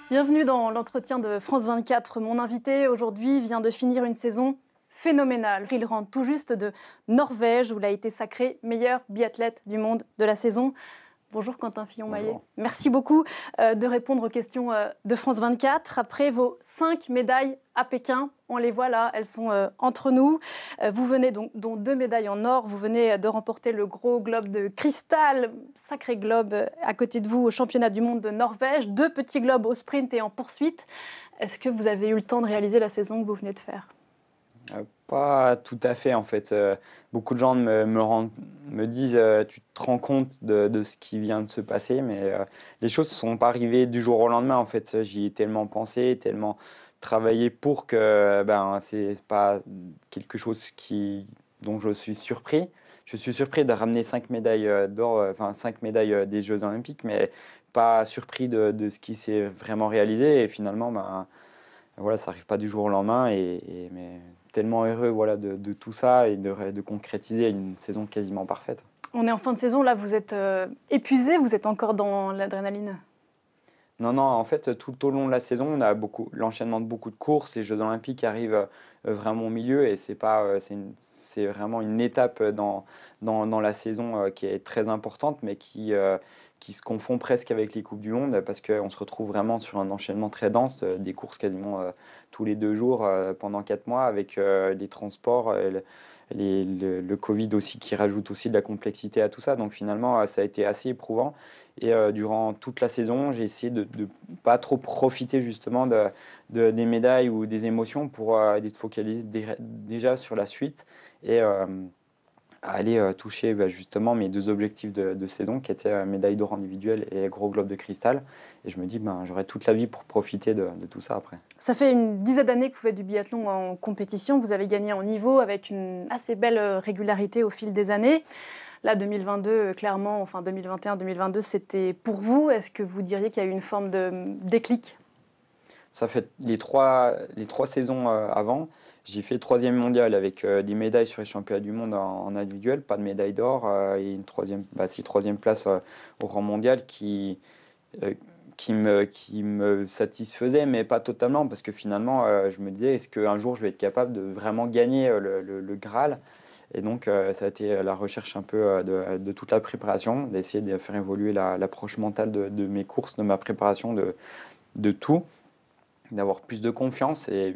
Bienvenue dans l'entretien de France 24. Mon invité aujourd'hui vient de finir une saison phénoménale. Il rentre tout juste de Norvège où il a été sacré meilleur biathlète du monde de la saison. Bonjour Quentin Fillon-Maillet. Merci beaucoup de répondre aux questions de France 24. Après vos 5 médailles à Pékin, on les voit là, elles sont entre nous. Vous venez donc, dont 2 médailles en or, vous venez de remporter le gros globe de cristal, sacré globe à côté de vous au championnat du monde de Norvège, 2 petits globes au sprint et en poursuite. Est-ce que vous avez eu le temps de réaliser la saison que vous venez de faire ? Pas tout à fait en fait. Beaucoup de gens me disent tu te rends compte de ce qui vient de se passer, mais les choses ne sont pas arrivées du jour au lendemain en fait. J'y ai tellement pensé, tellement travaillé pour que c'est pas quelque chose dont je suis surpris. Je suis surpris de ramener 5 médailles d'or, 5 médailles des Jeux Olympiques, mais pas surpris de ce qui s'est vraiment réalisé. Et finalement, voilà, ça n'arrive pas du jour au lendemain, mais tellement heureux voilà, de tout ça et de concrétiser une saison quasiment parfaite. On est en fin de saison, là vous êtes épuisé, vous êtes encore dans l'adrénaline ? Non, en fait, tout au long de la saison, on a l'enchaînement de beaucoup de courses. Les Jeux Olympiques arrivent vraiment au milieu et c'est vraiment une étape dans la saison qui est très importante, mais qui se confond presque avec les Coupes du Monde parce qu'on se retrouve vraiment sur un enchaînement très dense, des courses quasiment tous les 2 jours pendant 4 mois avec les transports, le Covid aussi qui rajoute aussi de la complexité à tout ça. Donc finalement, ça a été assez éprouvant. Et durant toute la saison, j'ai essayé de ne pas trop profiter justement des médailles ou des émotions pour être focalisé déjà sur la suite et aller toucher justement mes 2 objectifs de saison qui étaient médaille d'or individuelle et gros globe de cristal. Et je me dis, j'aurai toute la vie pour profiter de tout ça après. Ça fait une dizaine d'années que vous faites du biathlon en compétition. Vous avez gagné en niveau avec une assez belle régularité au fil des années. Là, 2022, clairement, enfin 2021-2022, c'était pour vous. Est-ce que vous diriez qu'il y a eu une forme de déclic ? Ça fait les trois saisons avant. J'ai fait 3e mondial avec des médailles sur les championnats du monde en individuel, pas de médaille d'or et une 3e place au rang mondial qui me satisfaisait, mais pas totalement, parce que finalement, je me disais, est-ce qu'un jour je vais être capable de vraiment gagner le Graal ? Et donc, ça a été la recherche un peu de toute la préparation, d'essayer de faire évoluer l'approche mentale de mes courses, de ma préparation, de tout, d'avoir plus de confiance et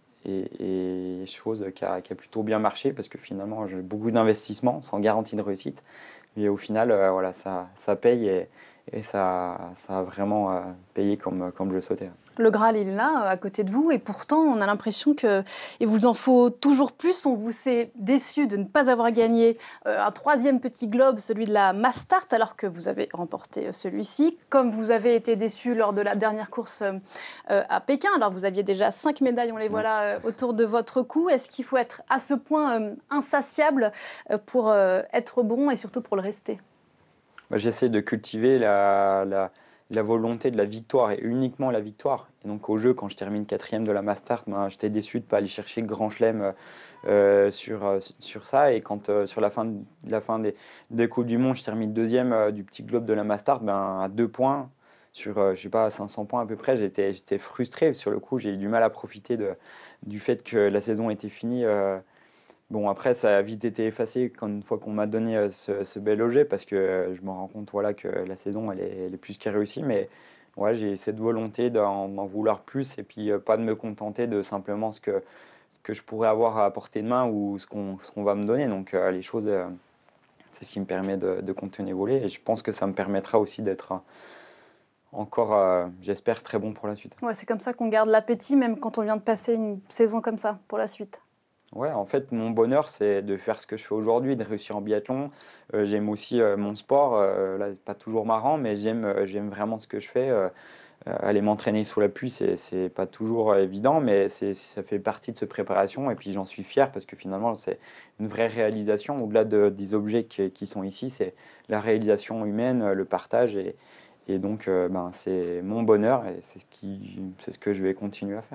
chose qui a plutôt bien marché, parce que finalement, j'ai beaucoup d'investissements sans garantie de réussite. Mais au final, voilà, ça paye et ça a vraiment payé comme je le souhaitais. Le Graal, il est là, à côté de vous, et pourtant, on a l'impression qu'il vous en faut toujours plus. On vous s'est déçu de ne pas avoir gagné un 3e petit globe, celui de la Mastart, alors que vous avez remporté celui-ci. Comme vous avez été déçu lors de la dernière course à Pékin, alors vous aviez déjà 5 médailles, on les voit là, autour de votre cou. Est-ce qu'il faut être à ce point insatiable pour être bon et surtout pour le rester ? J'essaie de cultiver la volonté de la victoire et uniquement la victoire. Et donc au jeu, quand je termine 4e de la Mastart, j'étais déçu de ne pas aller chercher le grand chelem sur ça. Et quand sur la fin des Coupes du Monde, je termine 2e du petit globe de la Mastart, à 2 points sur, 500 points à peu près, j'étais frustré. Sur le coup, j'ai eu du mal à profiter du fait que la saison était finie. Bon, après, ça a vite été effacé une fois qu'on m'a donné ce bel objet, parce que je me rends compte que la saison, elle est plus qu'à réussie. Mais ouais, j'ai cette volonté d'en vouloir plus et puis pas de me contenter de simplement ce que je pourrais avoir à portée de main ou ce qu'on va me donner. Donc les choses, c'est ce qui me permet de continuer à évoluer. Et je pense que ça me permettra aussi d'être encore, j'espère, très bon pour la suite. Ouais, c'est comme ça qu'on garde l'appétit, même quand on vient de passer une saison comme ça, pour la suite. Ouais, en fait, mon bonheur, c'est de faire ce que je fais aujourd'hui, de réussir en biathlon. J'aime aussi mon sport. Là, c'est pas toujours marrant, mais j'aime vraiment ce que je fais. Aller m'entraîner sous la pluie, c'est pas toujours évident, mais ça fait partie de cette préparation. Et puis, j'en suis fier parce que finalement, c'est une vraie réalisation. Au-delà des objets qui sont ici, c'est la réalisation humaine, le partage. Et donc, c'est mon bonheur et c'est ce que je vais continuer à faire.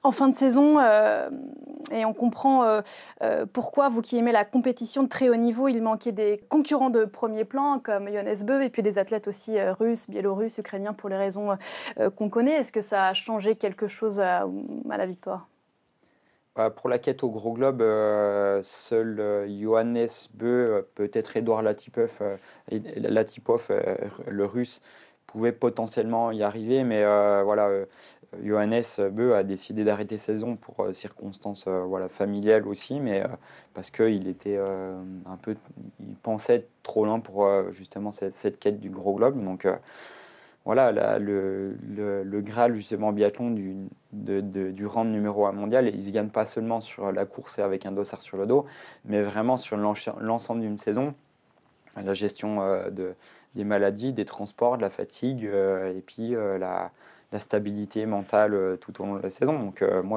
En fin de saison, et on comprend pourquoi, vous qui aimez la compétition de très haut niveau, il manquait des concurrents de premier plan comme Johannes Beu et puis des athlètes aussi russes, biélorusses, ukrainiens pour les raisons qu'on connaît. Est-ce que ça a changé quelque chose à la victoire? Pour la quête au gros globe, seul Johannes Beu, peut-être Edouard Latipov, le russe, pouvait potentiellement y arriver, mais voilà, Johannes Beu a décidé d'arrêter saison pour circonstances voilà, familiales aussi, mais parce qu'il était il pensait être trop loin pour justement cette quête du gros globe. Donc voilà, le Graal justement en biathlon du rang numéro 1 mondial, il ne se gagne pas seulement sur la course et avec un dossard sur le dos, mais vraiment sur l'ensemble d'une saison, la gestion des maladies, des transports, de la fatigue et puis la stabilité mentale tout au long de la saison. Donc moi,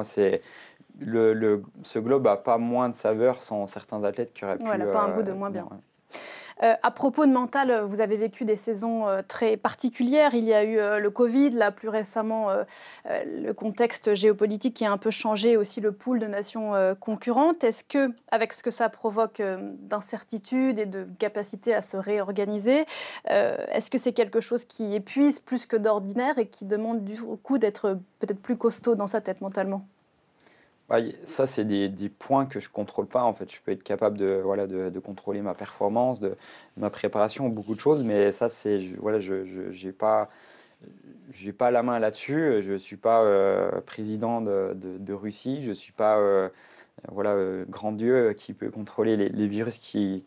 ce globe n'a pas moins de saveur sans certains athlètes qui auraient pu... Elle n'a pas un goût de moins bien. Ouais. À propos de mental, vous avez vécu des saisons très particulières. Il y a eu le Covid, là plus récemment le contexte géopolitique qui a un peu changé aussi le pool de nations concurrentes. Est-ce que, avec ce que ça provoque d'incertitude et de capacité à se réorganiser, est-ce que c'est quelque chose qui épuise plus que d'ordinaire et qui demande du coup d'être peut-être plus costaud dans sa tête mentalement? Ça, c'est des points que je ne contrôle pas. En fait, je peux être capable de contrôler ma performance, ma préparation, beaucoup de choses, mais ça, je n'ai pas la main là-dessus. Je ne suis pas président de Russie. Je ne suis pas grand Dieu qui peut contrôler les virus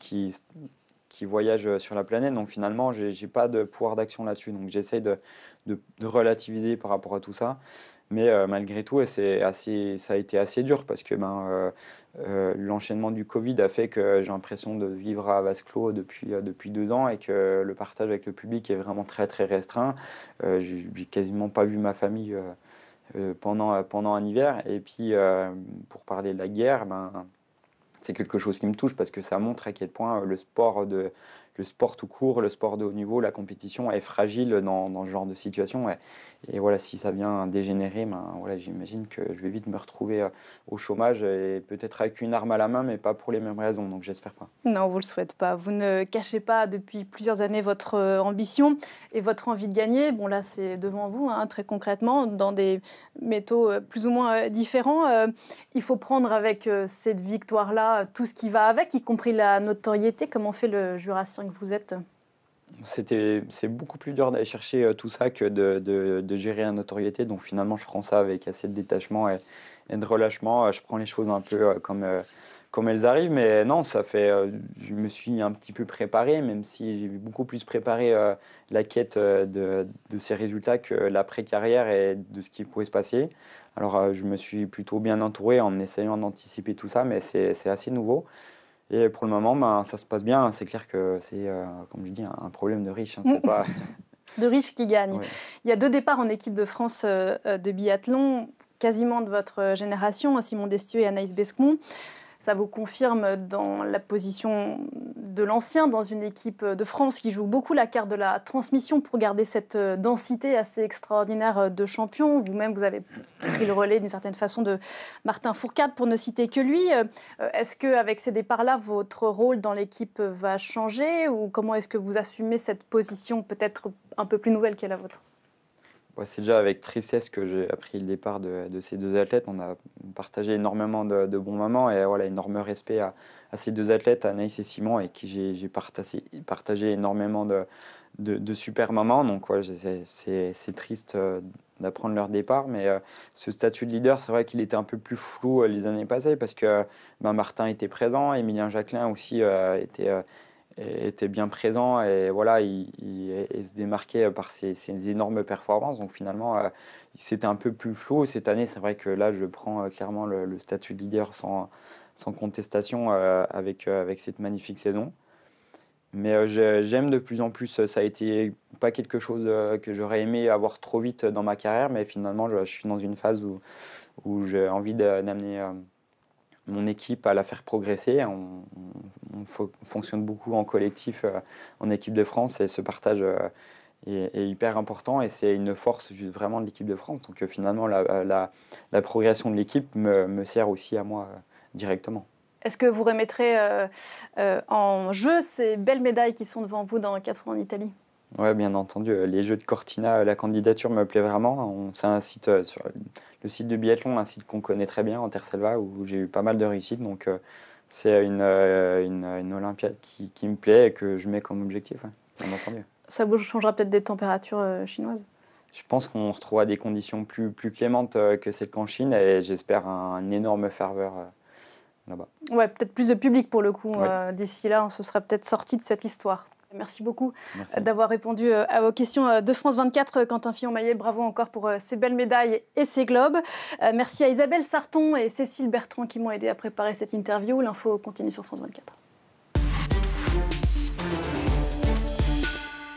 qui voyagent sur la planète. Donc finalement, je n'ai pas de pouvoir d'action là-dessus. Donc j'essaie de relativiser par rapport à tout ça. Mais malgré tout, ça a été assez dur parce que l'enchaînement du Covid a fait que j'ai l'impression de vivre à vase clos depuis 2 ans et que le partage avec le public est vraiment très très restreint. J'ai quasiment pas vu ma famille pendant un hiver. Et puis pour parler de la guerre, c'est quelque chose qui me touche parce que ça montre à quel point le sport tout court, le sport de haut niveau, la compétition est fragile dans ce genre de situation. Et voilà, si ça vient dégénérer, j'imagine que je vais vite me retrouver au chômage et peut-être avec une arme à la main, mais pas pour les mêmes raisons. Donc j'espère pas. Non, vous ne le souhaitez pas. Vous ne cachez pas depuis plusieurs années votre ambition et votre envie de gagner. Bon, là, c'est devant vous, très concrètement, dans des métaux plus ou moins différents. Il faut prendre avec cette victoire-là tout ce qui va avec, y compris la notoriété. Comment fait le Jurassien que vous êtes? C'est beaucoup plus dur d'aller chercher tout ça que de gérer la notoriété. Donc finalement, je prends ça avec assez de détachement et de relâchement. Je prends les choses un peu comme elles arrivent. Mais non, je me suis un petit peu préparé, même si j'ai beaucoup plus préparé la quête de ces résultats que l'après-carrière et de ce qui pouvait se passer. Alors je me suis plutôt bien entouré en essayant d'anticiper tout ça, mais c'est assez nouveau. Et pour le moment, ça se passe bien. C'est clair que c'est, comme je dis, un problème de riche. C'est pas... De riches qui gagnent. Ouais. Il y a 2 départs en équipe de France de biathlon, quasiment de votre génération, Simon Destieux et Anaïs Bescon. Ça vous confirme dans la position de l'ancien dans une équipe de France qui joue beaucoup la carte de la transmission pour garder cette densité assez extraordinaire de champions. Vous-même, vous avez pris le relais d'une certaine façon de Martin Fourcade, pour ne citer que lui. Est-ce qu'avec ces départs-là, votre rôle dans l'équipe va changer ou comment est-ce que vous assumez cette position peut-être un peu plus nouvelle qu'est la vôtre? C'est déjà avec tristesse que j'ai appris le départ de ces 2 athlètes. On a partagé énormément de bons moments et énorme respect à ces 2 athlètes, Anaïs et Simon, avec qui j'ai partagé énormément de super moments. Donc c'est triste d'apprendre leur départ, mais ce statut de leader, c'est vrai qu'il était un peu plus flou les années passées parce que Martin était présent, Émilien Jacquelin aussi était bien présent et voilà, il se démarquait par ses énormes performances. Donc finalement, c'était un peu plus flou. Cette année, c'est vrai que là, je prends clairement le statut de leader sans contestation avec cette magnifique saison. Mais j'aime de plus en plus. Ça a été pas quelque chose que j'aurais aimé avoir trop vite dans ma carrière, mais finalement, je suis dans une phase où j'ai envie d'amener mon équipe à la faire progresser. On fonctionne beaucoup en collectif en équipe de France et ce partage est hyper important et c'est une force vraiment de l'équipe de France. Donc finalement, la progression de l'équipe me sert aussi à moi directement. Est-ce que vous remettrez en jeu ces belles médailles qui sont devant vous dans 4 ans en Italie? Oui, bien entendu. Les Jeux de Cortina, la candidature me plaît vraiment. C'est un site, sur le site de biathlon, un site qu'on connaît très bien, en Terre-Selva, où j'ai eu pas mal de réussite. Donc c'est une Olympiade qui me plaît et que je mets comme objectif, bien entendu. Ça vous changera peut-être des températures chinoises? Je pense qu'on retrouvera des conditions plus clémentes que celles qu'en Chine et j'espère un énorme ferveur là-bas. Ouais, peut-être plus de public pour le coup. Ouais. D'ici là, on se sera peut-être sorti de cette histoire. Merci beaucoup d'avoir Merci. répondu à vos questions de France 24. Quentin Fillon-Maillet, bravo encore pour ces belles médailles et ces globes. Merci à Isabelle Sarton et Cécile Bertrand qui m'ont aidé à préparer cette interview. L'info continue sur France 24.